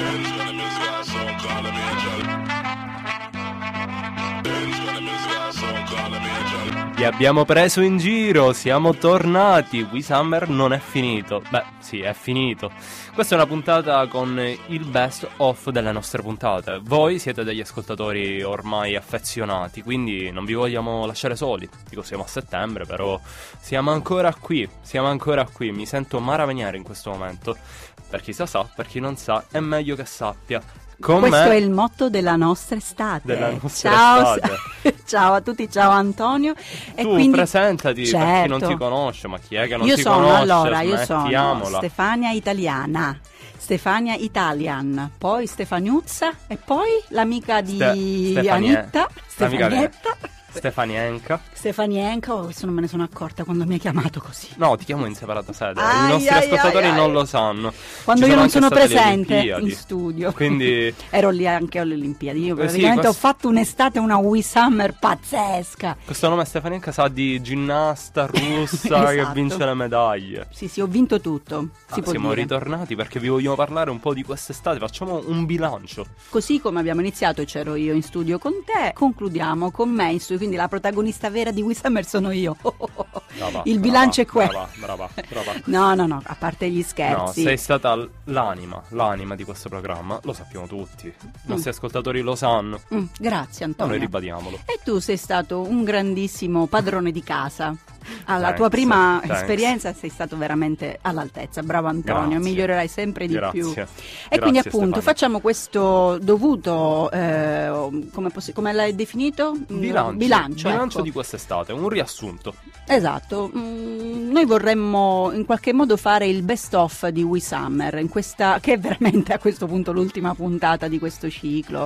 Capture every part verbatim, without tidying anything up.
Vi abbiamo preso in giro, siamo tornati, We Summer non è finito. Beh, sì, è finito. Questa è una puntata con il best of delle nostre puntate. Voi siete degli ascoltatori ormai affezionati, quindi non vi vogliamo lasciare soli. Dico, siamo a settembre, però siamo ancora qui, siamo ancora qui. Mi sento Mara Veniere in questo momento. Per chi sa sa, per chi non sa, è meglio che sappia. Con Questo me, è il motto della nostra estate. Della nostra ciao, estate. Ciao a tutti, ciao Antonio. E tu quindi, presentati, certo, per chi non ti conosce, ma chi è che non io ti sono, conosce? Allora, io sono Smettiamola. Stefania Italiana, Stefania Italian, poi Stefaniuzza e poi l'amica di Ste- Stefanie- Anitta, l'amica di- Stefanietta. Stefanienka. Stefanienka, oh, questo non me ne sono accorta quando mi hai chiamato così. No, ti chiamo in separata sede. Ai, I nostri ai, ascoltatori ai, ai. non lo sanno. Quando Ci io non anche sono state le presente Olimpiadi. in studio. Quindi ero lì anche alle Olimpiadi. Io Eh sì, praticamente questo- ho fatto un'estate, una We Summer pazzesca. questo nome Stefanienka sa di ginnasta russa che Esatto. vince le medaglie. Sì, sì, ho vinto tutto. Si Ah, può siamo dire. ritornati perché vi vogliamo parlare un po' di quest'estate. Facciamo un bilancio. Così come abbiamo iniziato, c'ero io in studio con te, concludiamo con me in studio, quindi la protagonista vera di We Summer sono io. Brava, Il brava, bilancio è quello. Brava, brava, brava. No, no, no, a parte gli No, scherzi. sei stata l- l'anima, l'anima di questo programma, lo sappiamo tutti, i nostri ascoltatori lo sanno, Mm, grazie ma Antonio. noi ribadiamolo. E tu sei stato un grandissimo padrone di casa. Alla Thanks, tua prima thanks. esperienza sei stato veramente all'altezza. Bravo Antonio, Grazie. migliorerai sempre di Grazie. più. E Grazie, quindi appunto Stefania. facciamo questo dovuto, eh, come, possi- come l'hai definito? Mm, Bilancio, bilancio, bilancio ecco. di quest'estate, un riassunto. Esatto, Mm, noi vorremmo in qualche modo fare il best of di We Summer, in questa, che è veramente a questo punto l'ultima puntata di questo ciclo.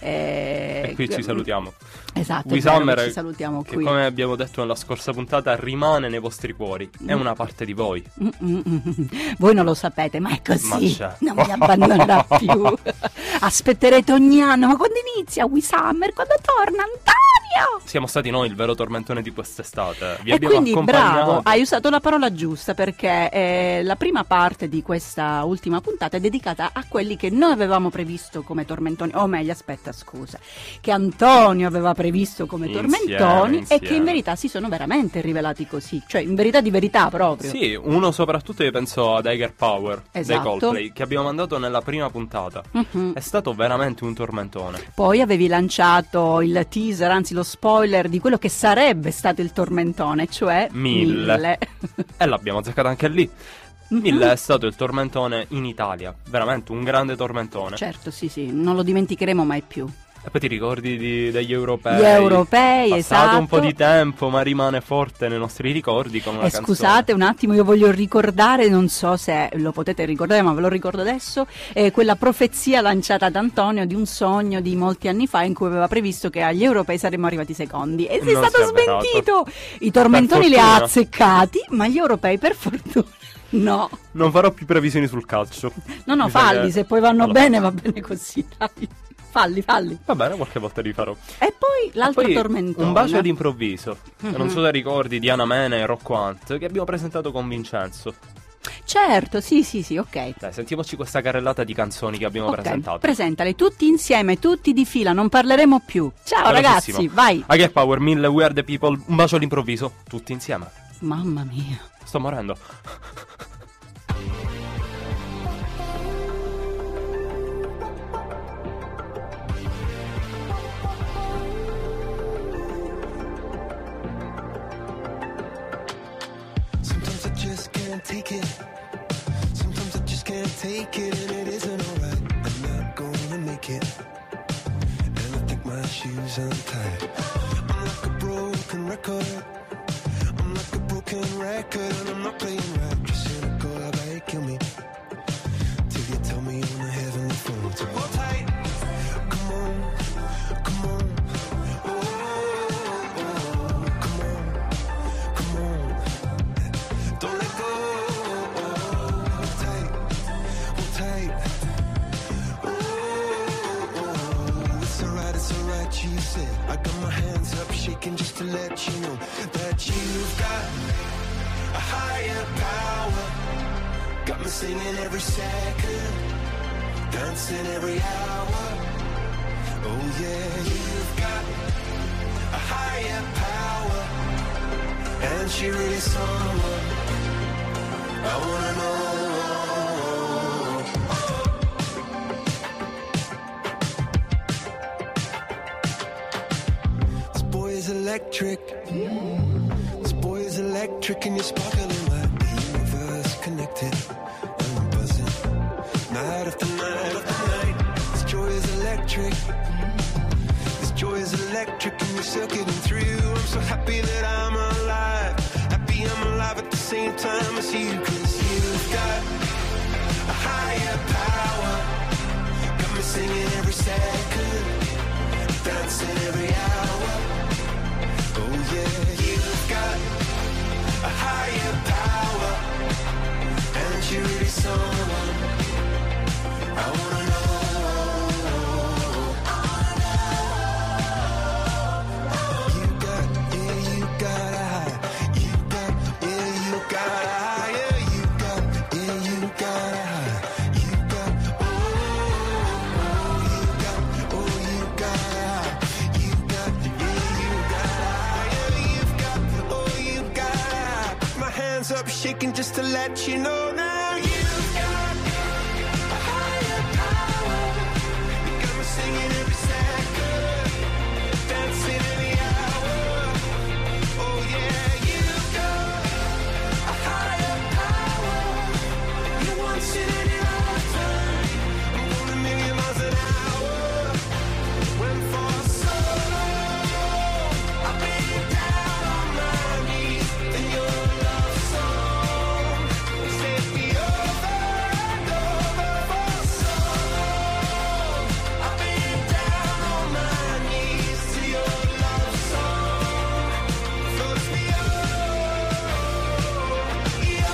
Eh, E qui ci salutiamo. Esatto, We è vero che Summer, ci salutiamo che qui. come abbiamo detto nella scorsa puntata, rimane nei vostri cuori, è una parte di voi. Mm, mm, mm. Voi non lo sapete, ma è Ma così, c'è. non mi abbandonerà più. Aspetterete ogni anno, ma quando inizia We Summer? Quando torna Antonio? Siamo stati noi il vero tormentone di quest'estate, vi E abbiamo quindi accompagnato. bravo, hai usato la parola giusta, perché eh, la prima parte di questa ultima puntata è dedicata a quelli che noi avevamo previsto come tormentoni, o meglio, aspetta, scusa, che Antonio aveva previsto come Insieme, tormentoni e insieme. che in verità si sono veramente rivelati così, cioè in verità di verità proprio. Sì, uno soprattutto io penso ad Eiger Power Esatto. dei Coldplay, che abbiamo mandato nella prima puntata. Mhm. È stato veramente un tormentone. Poi avevi lanciato il teaser, anzi lo spoiler di quello che sarebbe stato il tormentone, cioè Mille. E l'abbiamo azzeccata anche lì. Mhm. Mille è stato il tormentone in Italia, veramente un grande tormentone. Certo, sì, sì, non lo dimenticheremo mai più. E poi ti ricordi di- degli europei? Gli europei, Passato esatto. un po' di tempo, ma rimane forte nei nostri ricordi con una Eh, canzone. scusate un attimo, io voglio ricordare, non so se lo potete ricordare, ma ve lo ricordo adesso, eh, quella profezia lanciata da Antonio di un sogno di molti anni fa in cui aveva previsto che agli europei saremmo arrivati secondi. E sei Non stato si è avverato. smentito! I tormentoni Per li ha fortuna. azzeccati, ma gli europei per fortuna no. Non farò più previsioni sul calcio. No, no, Mi sa falli, che- se poi vanno Allora, bene va bene così, dai. Falli, falli. Va bene, qualche volta li farò. E poi l'altro Poi tormentone. un bacio all'improvviso. Mhm. Non so se ricordi Diana Mena e Rocco Hunt che abbiamo presentato con Vincenzo. Certo, sì, sì, sì, ok. Dai, sentiamoci questa carrellata di canzoni che abbiamo Ok, presentato. presentali tutti insieme, tutti di fila, non parleremo più. Ciao Velocissimo. ragazzi, vai. I Get Power, mille We Are The People, un bacio all'improvviso, tutti insieme. Mamma mia. Sto morendo. Sometimes I just can't take it. Sometimes I just can't take it, and it isn't alright. I'm not gonna make it, and I think my shoes untied. I'm like a broken record. I'm like a broken record, and I'm not playing right. Just cynical, I bet kill me till you tell me on the heavenly phone to hold tight. Come on, come on. Oh, oh, oh, come on, come on. Don't let go. Hold tight, hold tight. Oh, oh, it's alright, it's alright, you said. I got my hands up shaking just to let you know that you've got a higher power. Got me singing every second. dancing every hour. Oh yeah, you've got a higher power, and she really someone I wanna know. This boy is electric. This boy is electric, and you're sparkling like the universe connected. I'm buzzing, night after night after night. This joy is electric. This joy is electric, and you're circuiting through. I'm so happy that I'm alive. Happy I'm alive at the same time as you, 'cause you've got a higher power. Got me singing every second, dancing every hour. Oh yeah, you've got a higher power, and you're really someone I wanna know. You got, yeah, you got a high. You got, yeah, you got a high. Yeah, you got, yeah, you got a high. You got, oh, oh, you got, oh, you got a high. You got, yeah, you got a high. Yeah, you've got, oh, you got a high. My hands up shaking just to let you know now. You've got a higher power. You got me singing every second, dancing every hour. Oh yeah, you've got a higher power. You want it in your lifetime. I'm going a million miles an hour. Went for so long, I've been down on my knees in your love song. Take me over and over for so long. I've been down on my knees to your love song. Floats me over, yeah.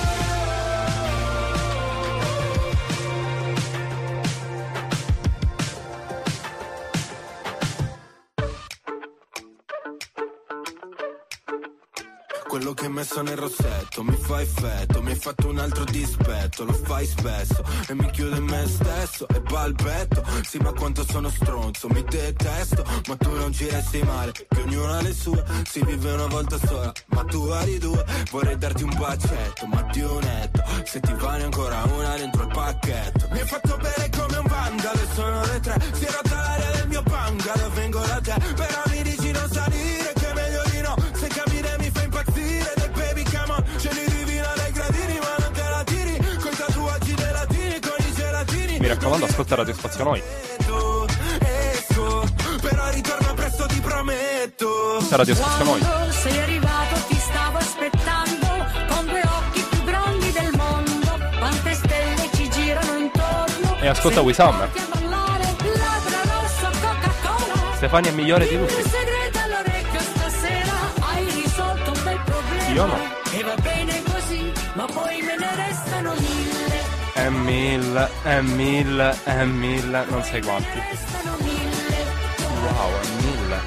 Quello che hai messo nel rossetto mi fa effetto, mi hai fatto un altro dispetto, lo fai spesso e mi chiudo in me stesso e balbetto. Sì, ma quanto sono stronzo, mi detesto, ma tu non ci resti male, che ognuno ha le sue, si vive una volta sola, ma tu hai due. Vorrei darti un bacetto, ma ti unetto, se ti va ne ancora una dentro il pacchetto. Mi hai fatto bere come un vandalo e sono le tre, si è rotta l'aria del mio bungalow, vengo da te, però mi dici non salire, che è meglio di no, se capire mi fa impazzire. Del baby come on, ce li divina dai gradini, ma non te la tiri, coi tatuaggi dei latini, con i gelatini. Mi raccomando, ascolta Radio Spazio Noi. Esco, però ritorno presto, ti prometto. Questa è Radio Spazio Noi. Quando sei arrivato ti stavo aspettando con due occhi più grandi del mondo. Quante stelle ci girano intorno. E ascolta We Summer. Sei porti a ballare, Ladra Rosso, Coca-Cola. Stefania è migliore di Dimmi tutti. un segreto all'orecchio stasera. Hai risolto un bel problema. Io no. E va bene così, ma poi me ne restano mille. È mille, è mille, è mille, non sai quanti. Restano mille. Wow, è mille.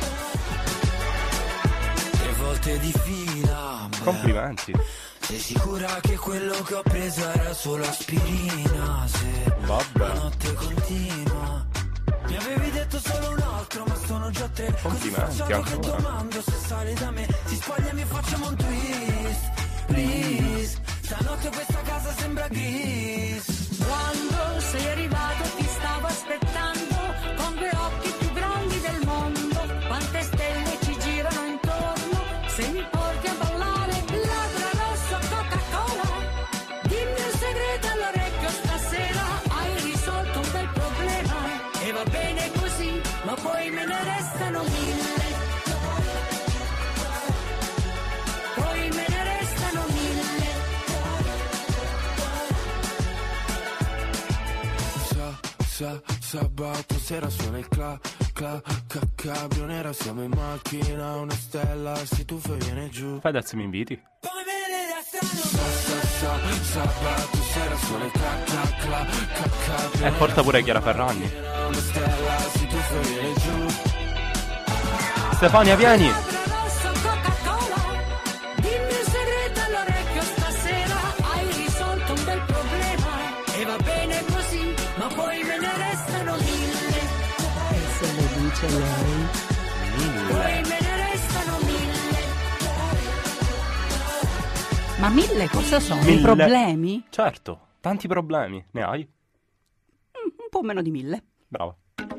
Tre volte di fila. Complimenti. Sei sicura che quello che ho preso era solo aspirina? Se Vabbè. la notte continua. Mi avevi detto solo un altro, ma sono già tre. Complimenti, Così facciamo che ancora. domando se sale da me. Si spogliami e facciamo un twist. Please. Stanotte questa casa sembra gris. Quando sei arrivato ti stavo aspettando con due occhi più grandi del mondo. Quante stelle ci girano intorno. Se mi porti a ballare, Ladra Rosso, Coca-Cola. Dimmi un segreto all'orecchio stasera. Hai risolto un bel problema. E va bene così, ma poi me ne restano mille. Poi me ne restano mille. Sa, sabato sera suona il cla, cla, ca, cabrio nera. Siamo in macchina, una stella, si tuffa e viene giù. Fedez, mi inviti? Poi me ne restano. Sa, sa, sa, sabato sera suona il cla, cla, cla, ca, cabrio E porta pure Chiara Ferragni. nera, una stella, si tuffa e viene giù. Stefania, vieni! Ladra Rosso, Coca-Cola. Dimmi un segreto all'orecchio stasera. Hai risolto un bel problema. E va bene così, ma poi me ne restano mille, E se lo dice lei? poi me ne restano mille. Ma mille cosa sono? Mille. I problemi? Certo, tanti problemi. Ne hai? Mm, un po' meno di mille. Brava.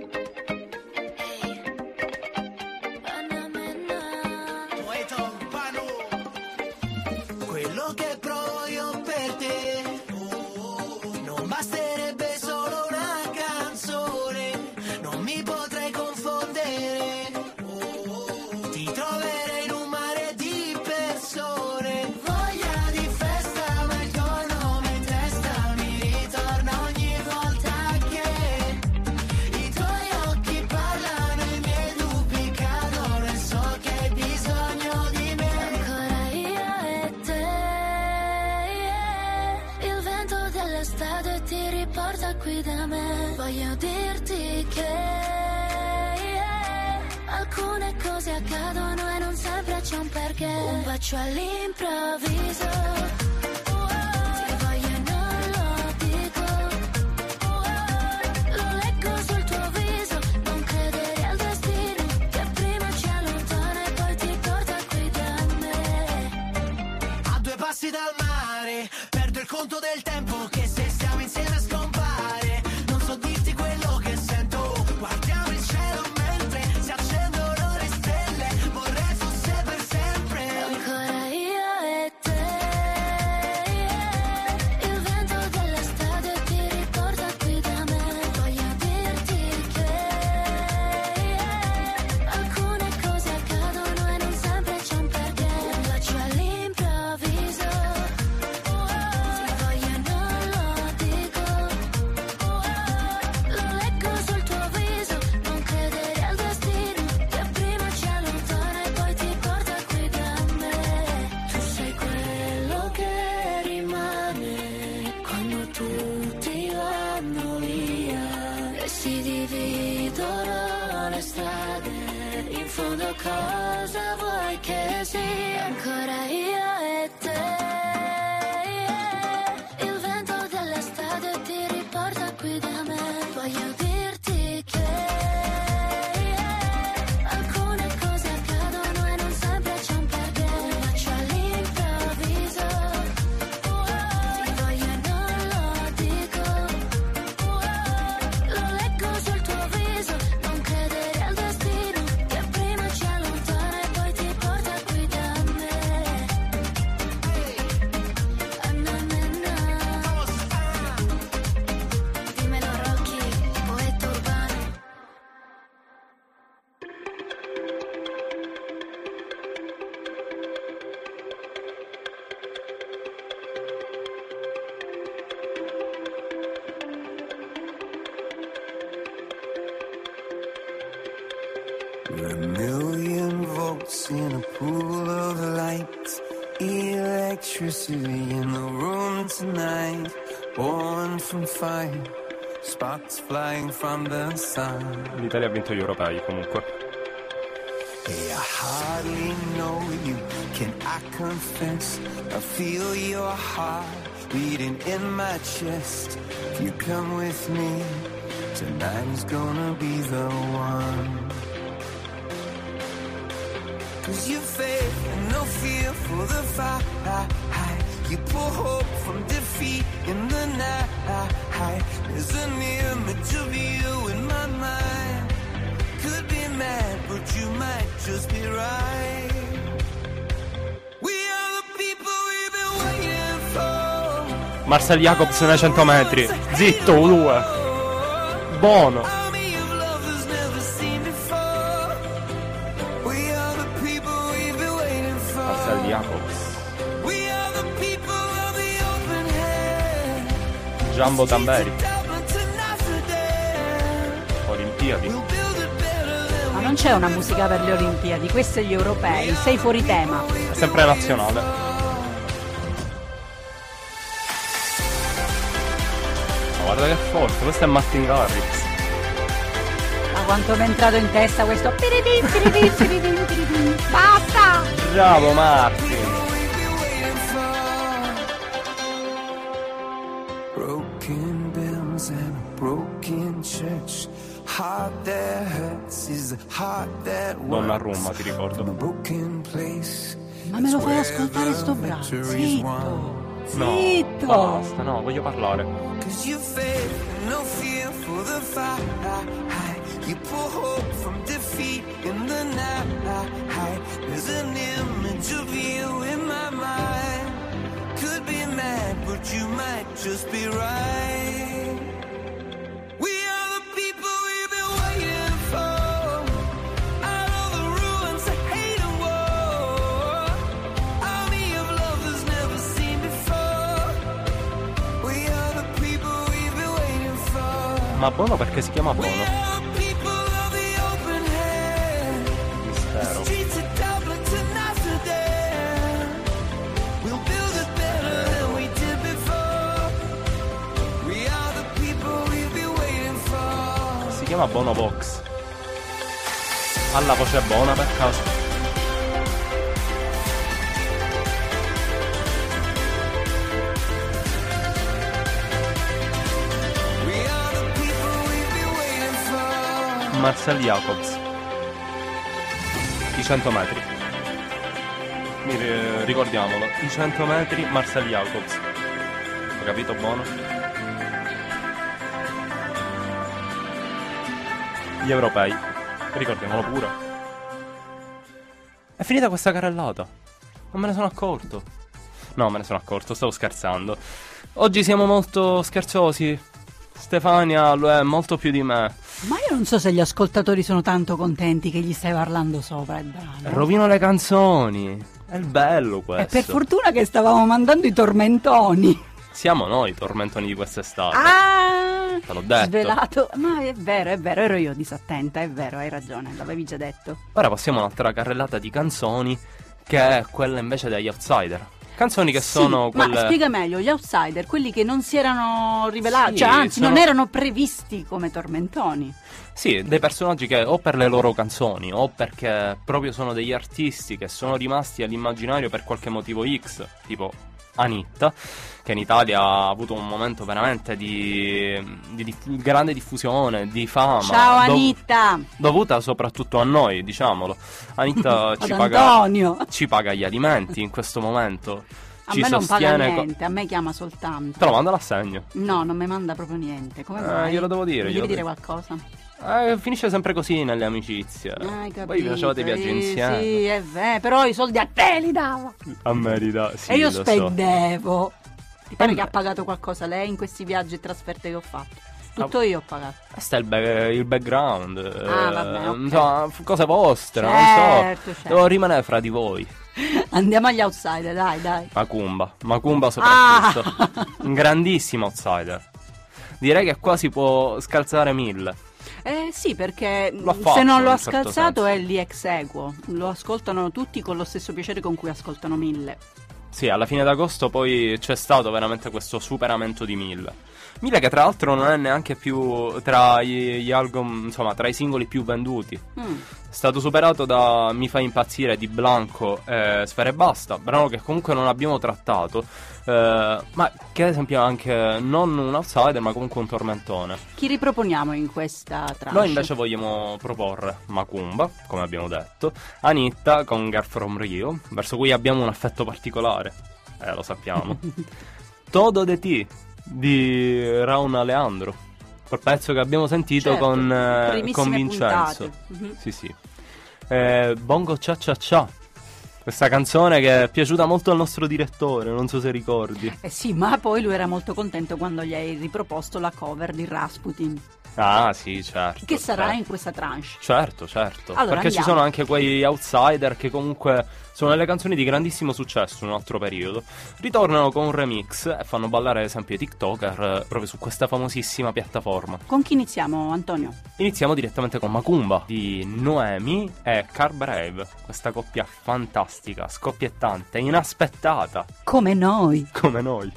Poeta urbano, quello che provo io per te non basterebbe solo una canzone, non mi potrei confondere, ti troverei in un mare di persone, voglia di festa ma il tuo nome in testa mi ritorna ogni volta che i tuoi occhi parlano, i miei dubbi cadono e so che hai bisogno di me. Ancora io e te, il vento dell'estate ti riporta qui da me. Voglio dirti che alcune cose accadono e non sempre c'è un perché. Un bacio all'improvviso, ti voglio e non lo dico, lo leggo sul tuo viso, non credere al destino che prima ci allontana e poi ti porta qui da me. A due passi dal mare, perdo il conto del tempo che se stiamo insieme scompare. Non so dirti quello che sento, guardiamo il cielo mentre si accendono le stelle. Vorrei fosse per sempre. Ancora io e te, il vento dell'estate ti riporta qui da me. Voglio dirti che alcune cose accadono e non sempre c'è un perché. Un bacio all'improvviso, ti voglio e non lo dico, lo leggo sul tuo viso, non credere al destino che prima ci allontana e poi ti porta qui da me. Tu sei quello che rimane quando tutti vanno via e si dividono le strade. In fondo cosa vuoi che sia? Ancora io e te, il vento dell'estate ti riporta qui da me. Voglio dirti che alcune cose accadono e non sempre c'è un perché. Un bacio all'improvviso, ti voglio e non lo dico, lo leggo sul tuo viso, non credere al destino che prima ci allontana e poi ti porta qui da me. Ah, na, na, na. Dimmelo Rocky, poeta urbano. We're a million volts in a pool of light, electricity in the room tonight, born from fire, sparks flying from the sun. L'Italia ha vinto gli europei comunque. Hey, I hardly know you, can I confess? I feel your heart beating in my chest. If you come with me, tonight is gonna be the one. Cause you faith and no fear for the fight. You pull hope from defeat in the night. There's an image of you in my mind. Could be mad, but you might just be right. We are the people we've been waiting for. Marcel Jacobs nei cento metri. Zitto, due. Buono. Army of lovers never seen before. We are the people we've been waiting for. Marcel Jacobs. We are the people of the open hand. Giambo Tamberi. Dublin to Notre Olimpiadi. We'll build it better than Ma non c'è una musica per le Olimpiadi, questi e gli europei, sei fuori tema. È sempre nazionale. Ma guarda che forte, questo è Martin Garrix. Ma quanto mi è entrato in testa questo piripim, piripim, piripim, piripim. Basta! Bravo Martin. we've been waiting for. Broken bells lungs and a broken church. Heart that hurts is the heart that Donna a works. Roma, ti ricordo. From a broken place. Ma me lo fai ascoltare sto brano? Zitto. No, Zitto. basta, no, voglio parlare. Cause you faith, no fear for the fight. You pull hope from defeat in the night. There's an image of you in my mind. Could be mad, but you might just be right. We are the people we've been waiting for. Out of the ruins of hate and war. Army of love that's never seen before. We are the people we've been waiting for. Ma Bono perché si chiama We Bono? are the people of the open hand. Mistero. Streets of Dublin to Amsterdam. We'll build it better than we did before. We are the people we've been waiting for. Si chiama Bono Vox. Ha la voce buona per caso? We are the people we've been waiting for. Marcel Jacobs. I cento metri. Mi ri- ricordiamolo. I cento metri, Marcel Jacobs. Ho capito, Bono? Gli europei. Ricordiamolo pure. È finita questa carrellata. Non me ne sono accorto. No, me ne sono accorto, stavo scherzando. Oggi siamo molto scherzosi. Stefania lo è molto più di me. Ma io non so se gli ascoltatori sono tanto contenti che gli stai parlando sopra il brano. Rovino le canzoni. È il bello E questo. per fortuna che stavamo mandando i tormentoni. Siamo noi i tormentoni di quest'estate. Ah! Te l'ho detto. Svelato. Ma è vero, è vero, ero io disattenta, è vero, hai ragione, l'avevi già detto. Ora passiamo a un'altra carrellata di canzoni, che è quella invece degli outsider. Canzoni che sono Sì, quelle... Ma spiega meglio, gli outsider, quelli che non si erano rivelati, Sì, cioè anzi sono- non erano previsti come tormentoni. Sì, dei personaggi che o per le loro canzoni o perché proprio sono degli artisti che sono rimasti all'immaginario per qualche motivo X, tipo Anitta, che in Italia ha avuto un momento veramente di, di diff- grande diffusione, di fama. Ciao dov- Anitta! dovuta soprattutto a noi, diciamolo. Anitta ci Ad paga, Antonio! ci paga gli alimenti in questo momento. A ci me non paga sostiene co- niente, a me chiama soltanto. Te lo manda l'assegno. No, non mi manda proprio niente. Come Eh, mai? glielo devo dire, Mi glielo devi dire devo- qualcosa? Eh, finisce sempre così nelle amicizie. Hai capito? Poi vi facevate i viaggi Sì, insieme. Sì, è vero, però i soldi a te li davo. A merita, sì, e io lo so. spendevo. Ti pare Eh, che ha beh. pagato qualcosa lei in questi viaggi e trasferte che ho fatto? Tutto io ho pagato. Questo è il, ba- il background. Ah, eh, vabbè, ok. insomma, f- cose vostre, non Certo, so. certo. Devo rimanere fra di voi. Andiamo agli outsider, dai, dai. Macumba, Macumba soprattutto. Ah! Un grandissimo outsider. Direi che qua si può scalzare mille. Eh sì, perché L'ha mh, fatto, se non lo in ha un certo scalzato senso. è lì ex equo. Lo ascoltano tutti con lo stesso piacere con cui ascoltano mille. Sì, alla fine d'agosto poi c'è stato veramente questo superamento di mille. Mille che tra l'altro non è neanche più tra gli, gli album, insomma, tra i singoli più venduti. Mm. È stato superato da Mi fa impazzire di Blanco e Sfera e Basta, brano che comunque non abbiamo trattato, eh, ma che ad esempio è anche non un outsider ma comunque un tormentone. Chi riproponiamo in questa tranche? Noi invece vogliamo proporre Macumba, come abbiamo detto, Anitta con Girl from Rio, verso cui abbiamo un affetto particolare, eh lo sappiamo. Todo de ti di Rauna Leandro, quel pezzo che abbiamo sentito Certo, con, eh, primissime con Vincenzo. puntate. Mhm. Sì, sì. Eh, Bongo Cia Cia Cia. Questa canzone che è piaciuta molto al nostro direttore, non so se ricordi. Eh sì, ma poi lui era molto contento quando gli hai riproposto la cover di Rasputin. Ah, sì, certo. Che sarà certo. in questa tranche. Certo, certo. Allora, Perché ci andiamo. sono anche quei outsider che comunque sono delle canzoni di grandissimo successo in un altro periodo. Ritornano con un remix e fanno ballare ad esempio i TikToker eh, proprio su questa famosissima piattaforma. Con chi iniziamo, Antonio? Iniziamo direttamente con Macumba di Noemi e Car Brave. Questa coppia fantastica, scoppiettante, inaspettata, Come noi. come noi.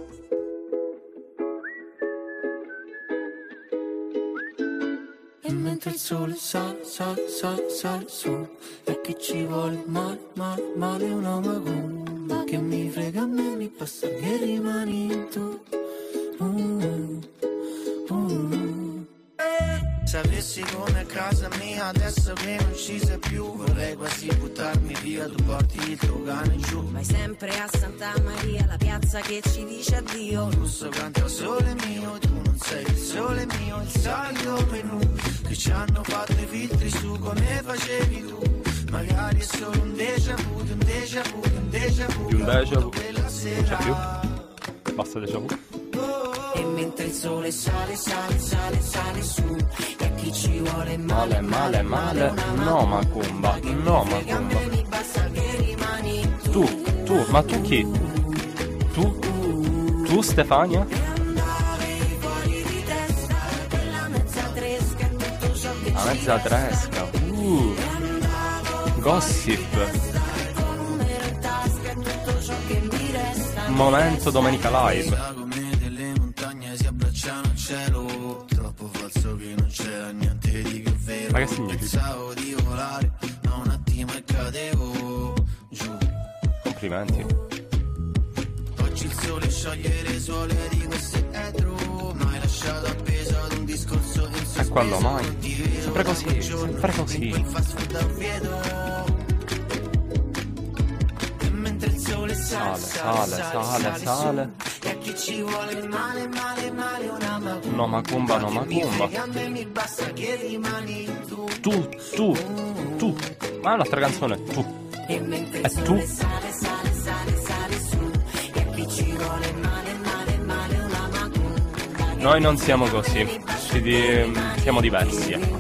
E mentre il sole sale, sale, sale, sale su, e che ci vuole male, male, male una macumba che mi frega a me, mi passa che rimani tu. Uh, ci avessi come a casa mia, adesso che non ci sei più, vorrei quasi buttarmi via, tu porti il tuo cane giù. Vai sempre a Santa Maria, la piazza che ci dice addio. Il russo canta il sole mio, tu non sei il sole mio, il solito menù che ci hanno fatto i filtri su come facevi tu. Magari è solo un déjà vu, un déjà vu, un déjà vu. Più un déjà vu. Quella Non sera. c'è più. Basta déjà vu. E mentre il sole sale, sale, sale, sale su, e a chi ci vuole Male, male, male. No, Macumba. No, Macumba. mi basta che rimani tu. Tu, tu, ma tu chi? Tu? Tu, Stefania? Andavi fuori di testa, quella mezza tresca, tutto ciò che La mezza tresca. Uh. Gossip. con un numero in tasca, tutto ciò che mi resta. Momento Domenica Live. Sagome delle montagne si abbracciano al cielo, troppo falso che non c'era niente di più vero. Ma che significa? Pensavo di volare, ma un attimo e cadevo giù. Complimenti. Oggi il sole scioglie le suole di queste etro, mai lasciato appeso ad un discorso in sospeso. E quando mai? Non ti vedo Sempre così, quel giorno, sempre così. in quel fast food a Oviedo. E mentre il sole sale, Sale, sale, sale. su, e a chi ci vuole male, male, male, una macumba. No, Macumba, no, Macumba. A me mi basta che rimani tu. Tu, tu, tu. Ma è un'altra canzone. Tu. E mentre E il tu? sole sale, sale, sale, sale su, e a chi ci vuole male, male, male, una macumba. Noi non siamo così. Ci di- siamo diversi, ecco.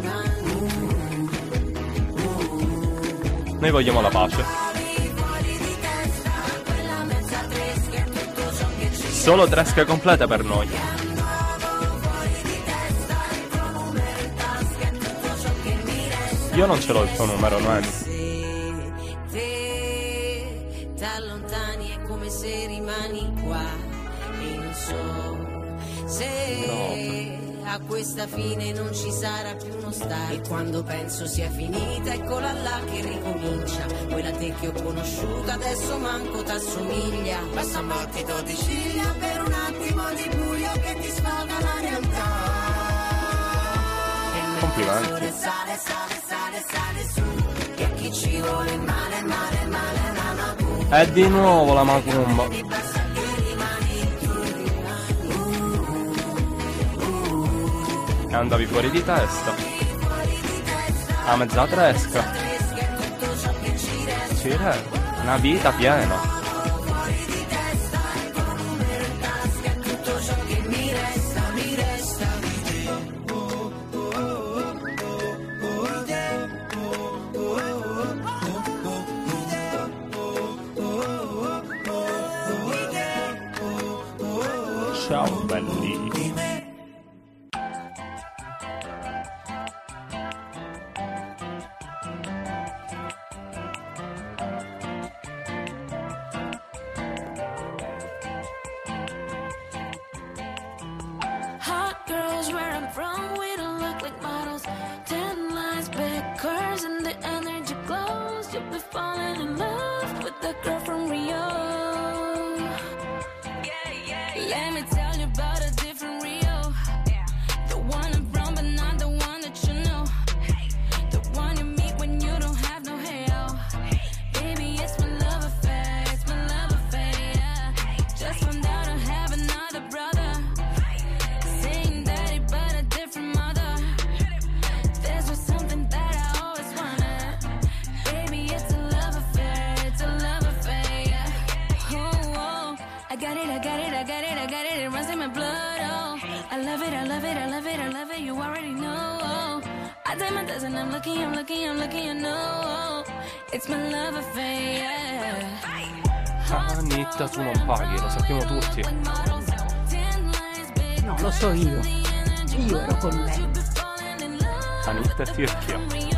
Noi vogliamo la pace. Solo tresca completa per noi. Io non ce l'ho il tuo numero, Noemi. Se te t'allontani è come se rimani qua, e non so se a questa fine non ci sarà più uno start. E quando penso sia finita, eccola là che ricomincia. Quella te che ho conosciuto adesso manco t'assomiglia. Basta un battito di ciglia per un attimo di buio che ti sfoga la realtà. E mentre Complimenti. il sole sale, sale, sale, sale su, e a chi ci vuole male, male, male, una macumba. E di nuovo la Macumba. Mi basta che rimani tu. E andavi fuori di testa. A mezza tresca. Ci re. Una vita piena. Ciao belli. Hot girls where I'm from, we don't look like models. Ten lines, big curves, and the energy glows. You'll be falling in love with the girl from Rio. Let me tell you about a different Rio. The one I'm from, but not the one that you know. The one you meet when you don't have no hell. Baby, it's my love affair, it's my love affair, yeah. Just found out I have another brother. Same daddy, but a different mother. There's just something that I always wanted. Baby, it's a love affair, it's a love affair, yeah. Oh, oh, I got it, I got it, I got it, I got it, it runs in my blood, oh. I love it, I love it, I love it, I love it, you already know, oh. I did my dozen, I'm looking, I'm looking, I'm looking, you know, oh. It's my love affair, yeah. Anita, tu non paghi, lo sappiamo tutti. No, lo so io. Io ero con lei. Anita e Tirchia.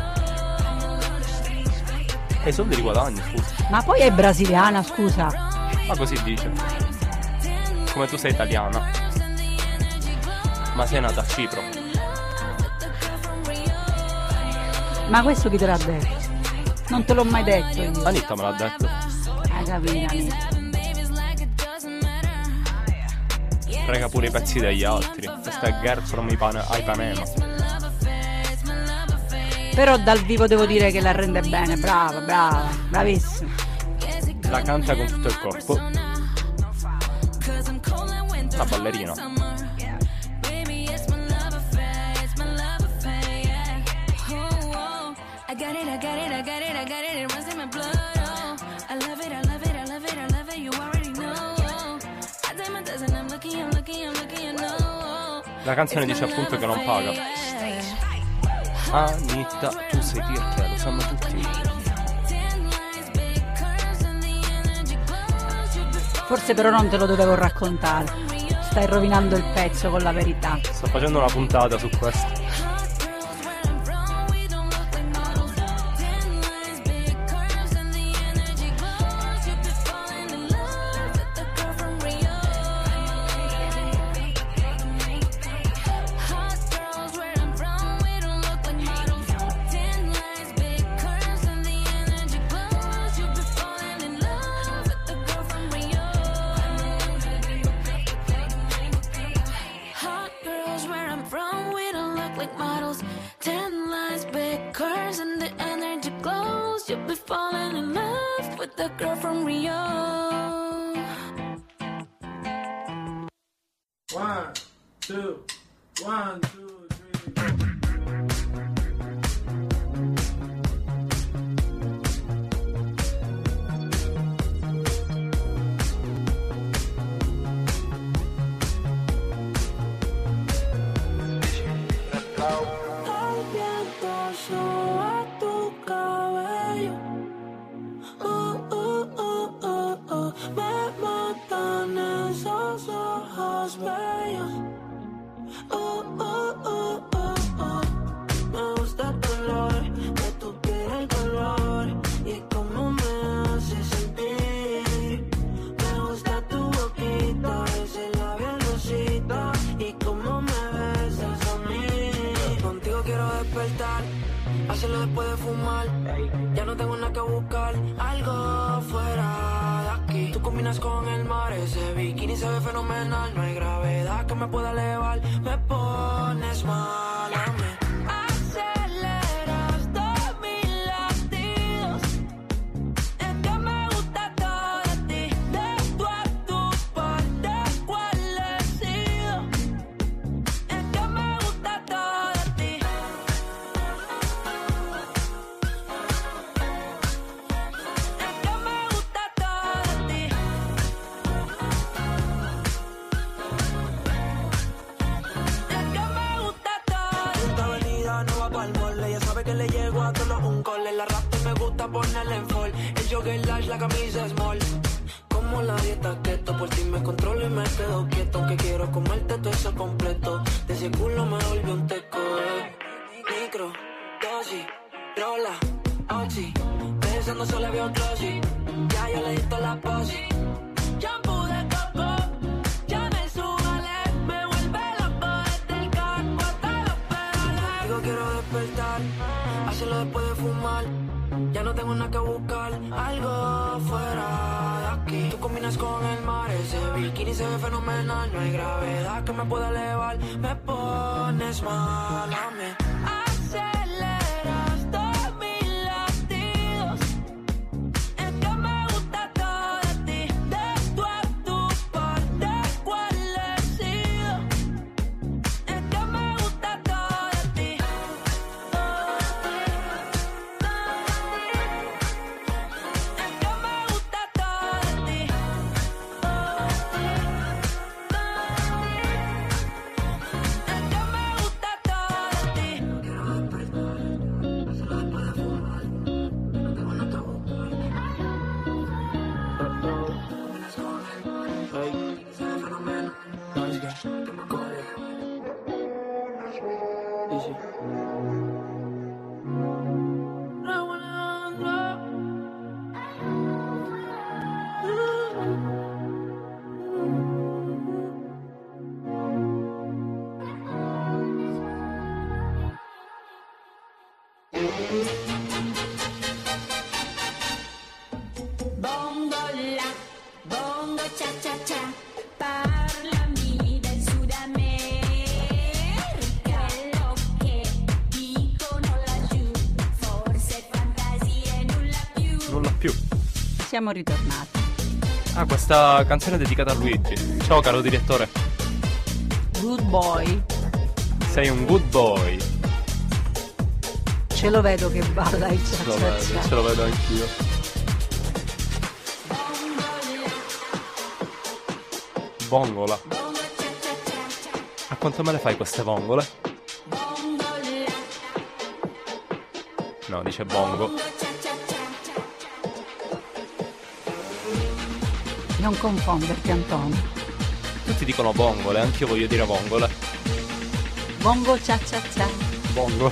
E i soldi li guadagni, scusa. Ma poi è brasiliana, scusa. Ma così dice. Come tu sei italiana. Ma sei nata a Cipro. Ma questo chi te l'ha detto? Non te l'ho mai detto io. Anita me l'ha detto. Hai capito, Anita? Prega pure i pezzi degli altri. Questa è Girl from Ipane- Ipanema. Però dal vivo devo dire che la rende bene, brava, brava, bravissima. La canta con tutto il corpo. Una ballerina. I got it, I got it, I got it, I got it, it runs in my blood, oh. I love it, I love it, I love it, I love it, you already know, oh. I take my dozen, I'm looking, I'm looking, I'm looking, you know, oh. La canzone dice appunto che non paga. Anita, tu sei perché, lo sanno tutti. Forse però non te lo dovevo raccontare. Stai rovinando il pezzo con la verità. Sto facendo una puntata su questo. One, two, one, two, three, El viento soba tu cabello. Uh, uh, uh, uh, uh. Me matan esos ojos bellos. Uh, uh, uh, uh, uh. Me gusta el color de tu piel, el color y cómo me hace sentir. Me gusta tu boquita, ese labial rosita y cómo me besas a mí. Contigo quiero despertar, hacerlo después de fumar. Ya no tengo nada que buscar, algo fuera de aquí. Tú combinas con el mar, ese bikini se ve fenomenal. No hay gravedad que me pueda elevar, me pones mal a mí. Aceleras todos mis latidos. Es que me gusta todo de ti, de tu a tu parte, cuál he sido. Es que me gusta todo de ti. Es que me gusta todo de ti. Es que me gusta todo. Esta avenida no va pa'l mole, ella sabe que le llego a todos un cole. La rasta me gusta ponerle en fall, el jogger large, la camisa small. Como la dieta keto, por ti me controlo y me quedo quieto. Aunque quiero comerte todo eso completo, de ese culo me volvió un teco, eh. Micro, dosis, rola, oxi, pensando solo había otro sí. Ya yo le di toda la posi. Shampoo de coco, ya me subale, me vuelve loco desde el casco hasta los pedales. Digo quiero despertar, hacerlo después de fumar. Ya no tengo nada que buscar, algo fuera de aquí. Tú combinas con el mar, ese bikini se ve fenomenal. No hay gravedad que me pueda elevar, me pones mal a mí. Aceleras todos mis latidos. Es que me gusta todo de ti, de tu a tu parte, cuál he sido. Es que me gusta todo de ti. Es que me gusta todo de ti. Es que me gusta todo de ti. Quiero despertar, hacerlo después de fumar. No tengo nada que buscar. Combinas con el mar, se ve fenomenal. Que me coge. Dice. Raúl Alejandro. Bongo la, bongo cha cha cha, parlami del Sud America, quello che dicono laggiù. siamo ritornati. Ah, questa canzone è dedicata a Luigi. Ciao caro direttore. Good boy. Sei un good boy. Ce lo vedo che balla il cia Ce lo cia vedo, cia. ce lo vedo anch'io. Bongola. A quanto me le fai queste vongole? No, dice bongo. Non confonderti, Antonio. Tutti dicono bongole, anch'io voglio dire vongole. Bongo cia cia cia. Bongo.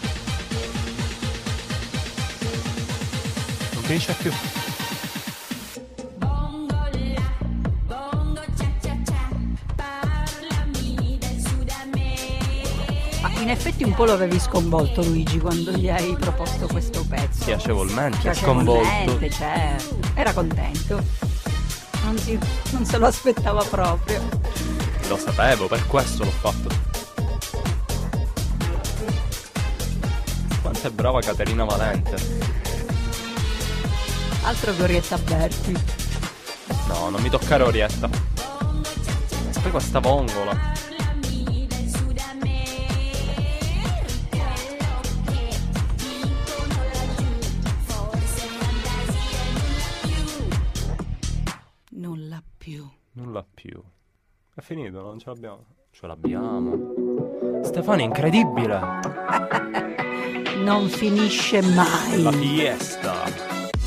Non finisce più. Ma in effetti un po' lo avevi sconvolto, Luigi, quando gli hai proposto questo pezzo. Piacevolmente, sconvolto. Piacevolmente, certo. Era contento. Non, si, non se lo aspettava proprio. Lo sapevo, per questo l'ho fatto. Quanto è brava Caterina Valente. Altro che Orietta Berti. No, non mi toccare Orietta. Poi questa vongola. Nulla più. Nulla più. È finito, non ce l'abbiamo. Ce l'abbiamo. Stefano, incredibile. Non finisce mai. La fiesta.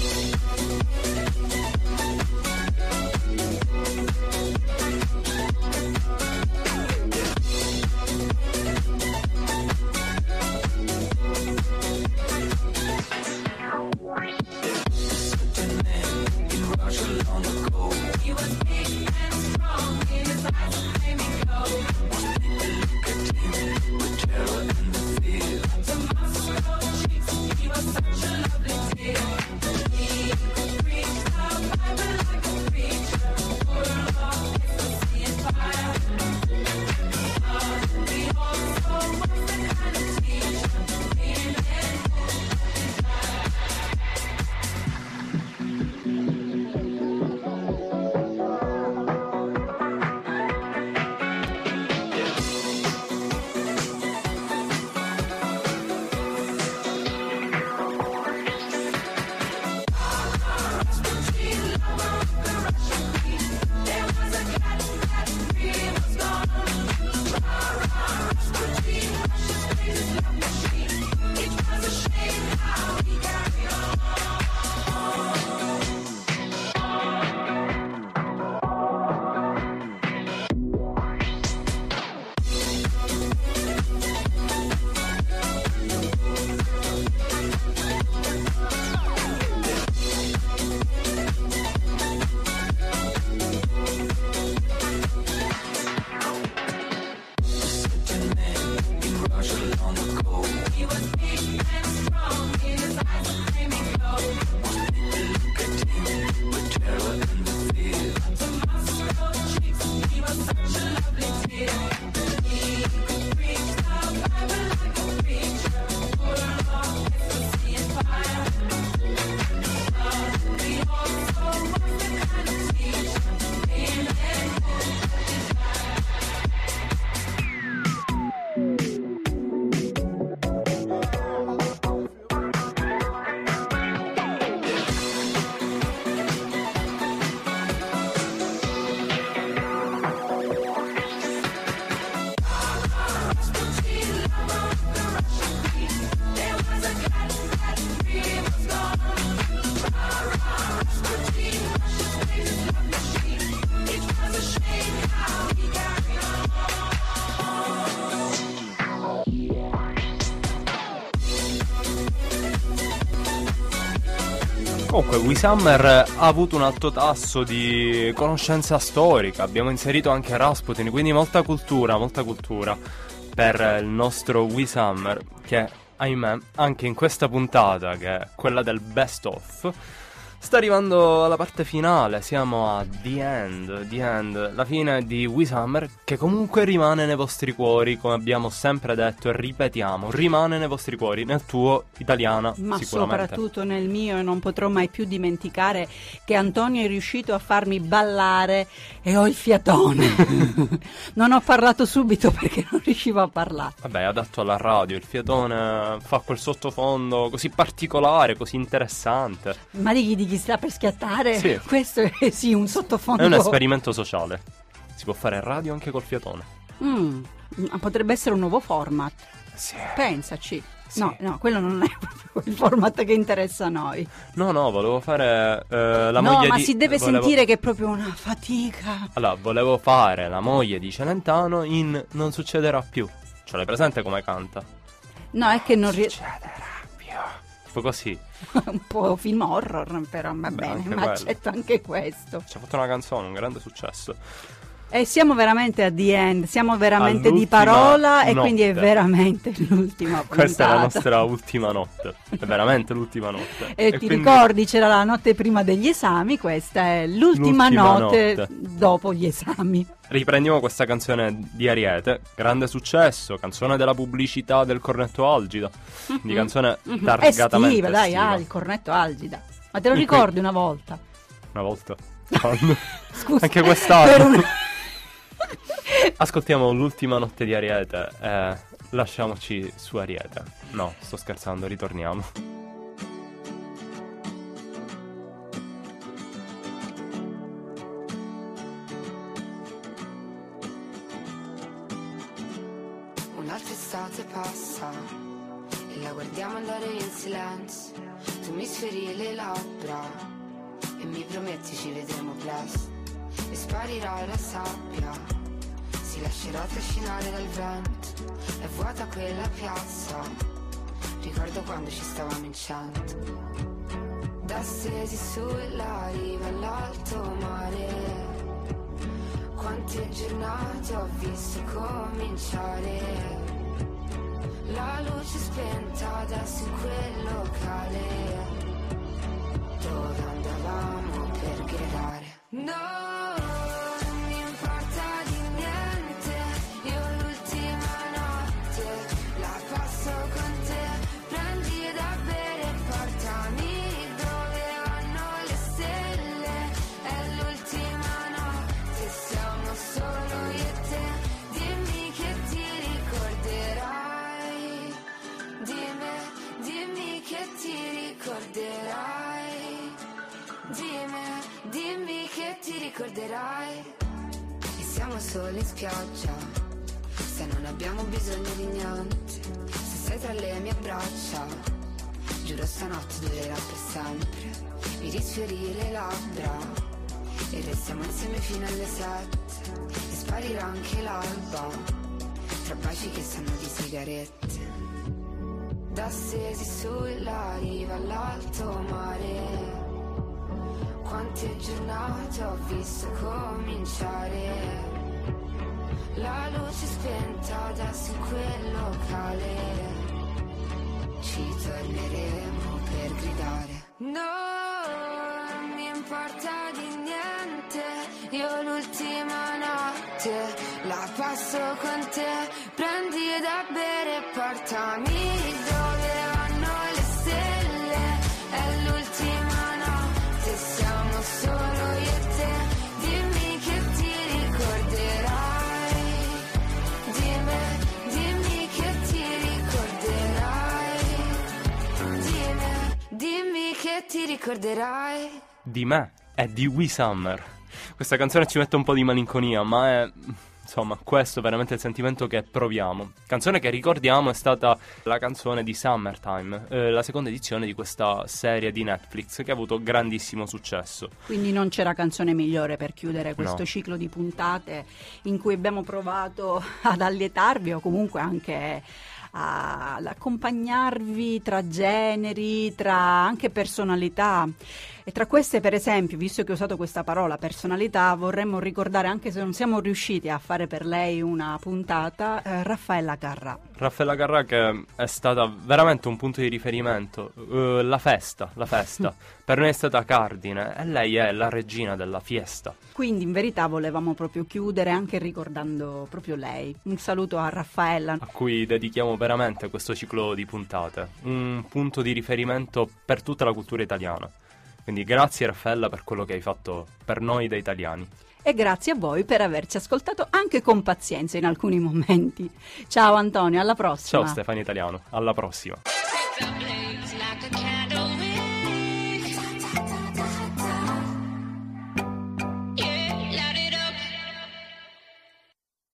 Comunque We Summer ha avuto un alto tasso di conoscenza storica, abbiamo inserito anche Rasputin, quindi molta cultura, molta cultura per il nostro We Summer, che ahimè anche in questa puntata, che è quella del best of, Sta arrivando alla parte finale, siamo a The End, The End, la fine di We Summer, che comunque rimane nei vostri cuori, come abbiamo sempre detto e ripetiamo, rimane nei vostri cuori, nel tuo Italiana Ma sicuramente. soprattutto nel mio, e non potrò mai più dimenticare che Antonio è riuscito a farmi ballare e ho il fiatone. Non ho parlato subito perché non riuscivo a parlare. Vabbè, è adatto alla radio, il fiatone fa quel sottofondo così particolare, così interessante. Ma di chi, di chi sta per schiattare? Sì. Questo è sì, un sottofondo. È un esperimento sociale. Si può fare radio anche col fiatone. Mm, potrebbe essere un nuovo format. Sì. Pensaci. Sì. No, no, quello non è proprio il format che interessa a noi. No, no, volevo fare eh, la no, moglie ma di... si deve volevo... sentire che è proprio una fatica. Allora, volevo fare la moglie di Celentano in Non succederà più. Ce l'hai presente come canta? No, è che non riesco. Succederà più. Tipo così. Un po' film horror, però va Beh, bene, anche ma quello. accetto anche questo. Ci ha fatto una canzone, un grande successo. E siamo veramente a the end, siamo veramente di All'ultima parola e notte. quindi è veramente l'ultima puntata. Questa è la nostra ultima notte. È veramente l'ultima notte. E, ti quindi- ricordi, c'era la notte prima degli esami, questa è l'ultima, L'ultima notte, notte. dopo gli esami. Riprendiamo questa canzone di Ariete, grande successo, canzone della pubblicità del cornetto Algida, di canzone targatamente Estiva, dai, estiva. ah, il cornetto Algida. Ma te lo In cui- ricordi una volta? Una volta. Quando? Scusa. Anche quest'anno. Per un- Ascoltiamo l'ultima notte di Ariete e lasciamoci su Ariete. No, sto scherzando, ritorniamo. Un'altra estate passa e la guardiamo andare in silenzio. Tu mi sferi le labbra e mi prometti ci vedremo presto. E sparirà la sabbia, si lascerà trascinare dal vento. È vuota quella piazza, ricordo quando ci stavamo in cento. Da stesi sulla riva all'alto mare, quante giornate ho visto cominciare. La luce spenta adesso in quel locale dove andavamo per gridare. Non mi importa di niente, io l'ultima notte la passo con te. Prendi da bere e portami dove vanno le stelle. È l'ultima notte, siamo solo io e te. Dimmi che ti ricorderai di me, dimmi che ti ricorderai. Dimmi, dimmi che ti ricorderai. E siamo soli in spiaggia, se non abbiamo bisogno di niente. Se sei tra le mie braccia, giuro stanotte durerà per sempre. Mi risfiori le labbra e restiamo insieme fino alle sette. E sparirà anche l'alba, tra baci che sanno di sigarette. Da stesi sulla riva all'alto mare, quante giornate ho visto cominciare. La luce spenta adesso in quel locale, ci torneremo per gridare. Non mi importa di niente, io l'ultima notte la passo con te. Prendi da bere e portami dove vanno le stelle. È l'ultima notte, siamo solo io e te. Dimmi che ti ricorderai di me, dimmi che ti ricorderai di me, dimmi che ti ricorderai. Di me è di We Summer. Questa canzone ci mette un po' di malinconia, ma è... insomma, questo è veramente il sentimento che proviamo. Canzone che ricordiamo è stata la canzone di Summertime, eh, la seconda edizione di questa serie di Netflix che ha avuto grandissimo successo. Quindi non c'era canzone migliore per chiudere questo No. ciclo di puntate in cui abbiamo provato ad allietarvi o comunque anche a- ad accompagnarvi tra generi, tra anche personalità. E tra queste, per esempio, visto che ho usato questa parola personalità, vorremmo ricordare, anche se non siamo riusciti a fare per lei una puntata, eh, Raffaella Carrà. Raffaella Carrà, che è stata veramente un punto di riferimento, uh, la festa, la festa, per noi è stata cardine e lei è la regina della fiesta. Quindi in verità volevamo proprio chiudere anche ricordando proprio lei. Un saluto a Raffaella, A cui dedichiamo veramente questo ciclo di puntate, un punto di riferimento per tutta la cultura italiana. Quindi grazie Raffaella per quello che hai fatto per noi da italiani. e grazie a voi per averci ascoltato anche con pazienza in alcuni momenti. Ciao Antonio, alla prossima. Ciao Stefano Italiano, alla prossima. Play